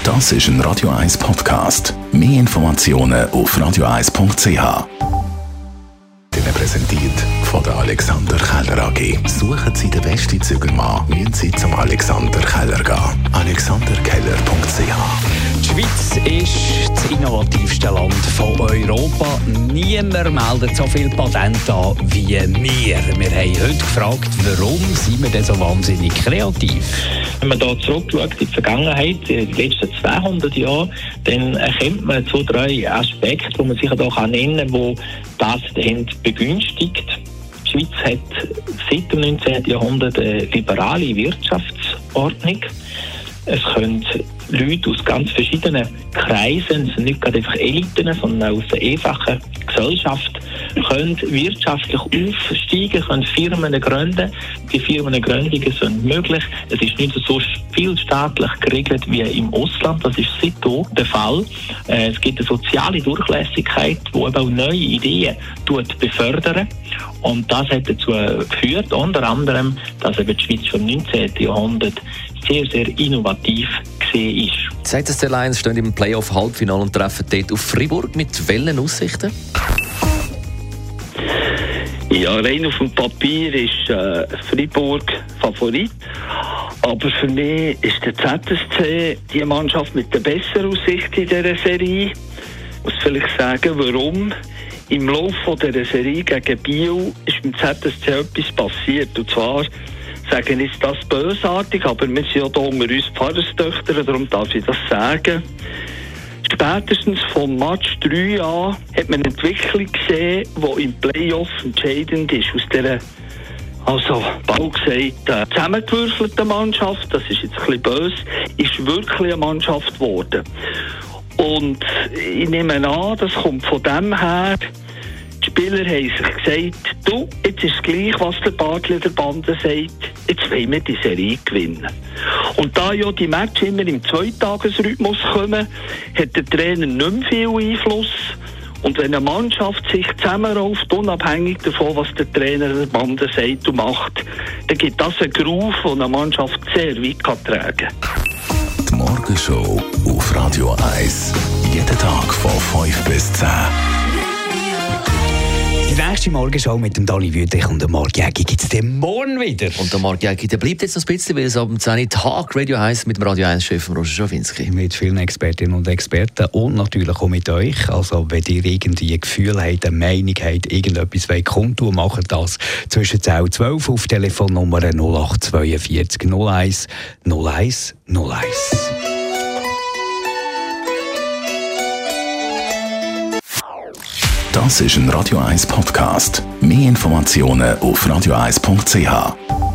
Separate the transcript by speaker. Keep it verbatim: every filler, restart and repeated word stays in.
Speaker 1: Das ist ein Radio eins Podcast. Mehr Informationen auf radio eins punkt c h. Präsentiert von der Alexander Keller A G. Suchen Sie den besten Zügelmann, müssen Sie zum Alexander Keller gehen. alexander keller punkt c h.
Speaker 2: Die Schweiz ist das innovativste Land von Europa. Niemand meldet so viele Patente an wie wir. Wir haben heute gefragt, warum sind wir denn so wahnsinnig kreativ?
Speaker 3: Wenn man da zurückschaut in die Vergangenheit, in den letzten zweihundert Jahren, dann erkennt man zwei, drei Aspekte, die man sicher da kann nennen kann, die das haben begünstigt. Die Schweiz hat seit dem neunzehnten Jahrhundert eine liberale Wirtschaftsordnung. Es können Leute aus ganz verschiedenen Kreisen, es sind nicht gerade einfach Eliten, sondern aus der einfachen Gesellschaft, können wirtschaftlich aufsteigen, können Firmen gründen. Die Firmengründungen sind möglich. Es ist nicht so viel staatlich geregelt wie im Ausland. Das ist seitdem der Fall. Es gibt eine soziale Durchlässigkeit, die eben auch neue Ideen befördern. Und das hat dazu geführt, unter anderem, dass eben die Schweiz schon im neunzehnten Jahrhundert sehr, sehr innovativ gesehen ist.
Speaker 4: Die Z S C Lions stehen im Playoff-Halbfinale und treffen dort auf Fribourg. Mit welchen Aussichten?
Speaker 5: Ja, rein auf dem Papier ist äh, Fribourg Favorit. Aber für mich ist der Z S C die Mannschaft mit der besseren Aussicht in dieser Serie. Ich muss vielleicht sagen, warum. Im Laufe dieser Serie gegen Biel ist beim Z S C etwas passiert. Und zwar sagen ist das bösartig, aber wir sind ja hier unter uns Pfarrerstöchter, darum darf ich das sagen. Spätestens vom Match drei an hat man eine Entwicklung gesehen, die im Playoff entscheidend ist. Aus dieser, also bald gesagt, äh, zusammengewürfelten Mannschaft, das ist jetzt ein bisschen böse, ist wirklich eine Mannschaft geworden. Und ich nehme an, das kommt von dem her, die Spieler haben sich gesagt, du, jetzt ist es gleich, was der Bartli der Bande sagt, jetzt wollen wir die Serie gewinnen. Und da ja die Matches immer im Zweitagesrhythmus kommen, hat der Trainer nicht mehr viel Einfluss. Und wenn eine Mannschaft sich zusammenrauft, unabhängig davon, was der Trainer der Bande sagt und macht, dann gibt das einen Groove, den eine Mannschaft sehr weit kann tragen kann.
Speaker 1: Die Morgenshow auf Radio eins. Jeden Tag von fünf bis zehn.
Speaker 2: Die nächste Morgenshow mit dem Dani Wüthrich und dem Marc Jägi gibt es dann morgen wieder.
Speaker 4: Und der Marc Jägi, der bleibt jetzt noch ein bisschen, weil es ab zehn Uhr Tag Radio eins mit dem Radio eins-Chef Roger Schawinski.
Speaker 2: Mit vielen Expertinnen und Experten und natürlich auch mit euch. Also wenn ihr irgendwie ein Gefühl habt, eine Meinung habt, irgendetwas wollt kundtun, macht das zwischen zehn und zwölf auf Telefonnummer null acht vier zwei null eins null eins null eins.
Speaker 1: Das ist ein Radio eins Podcast. Mehr Informationen auf radio eins punkt c h.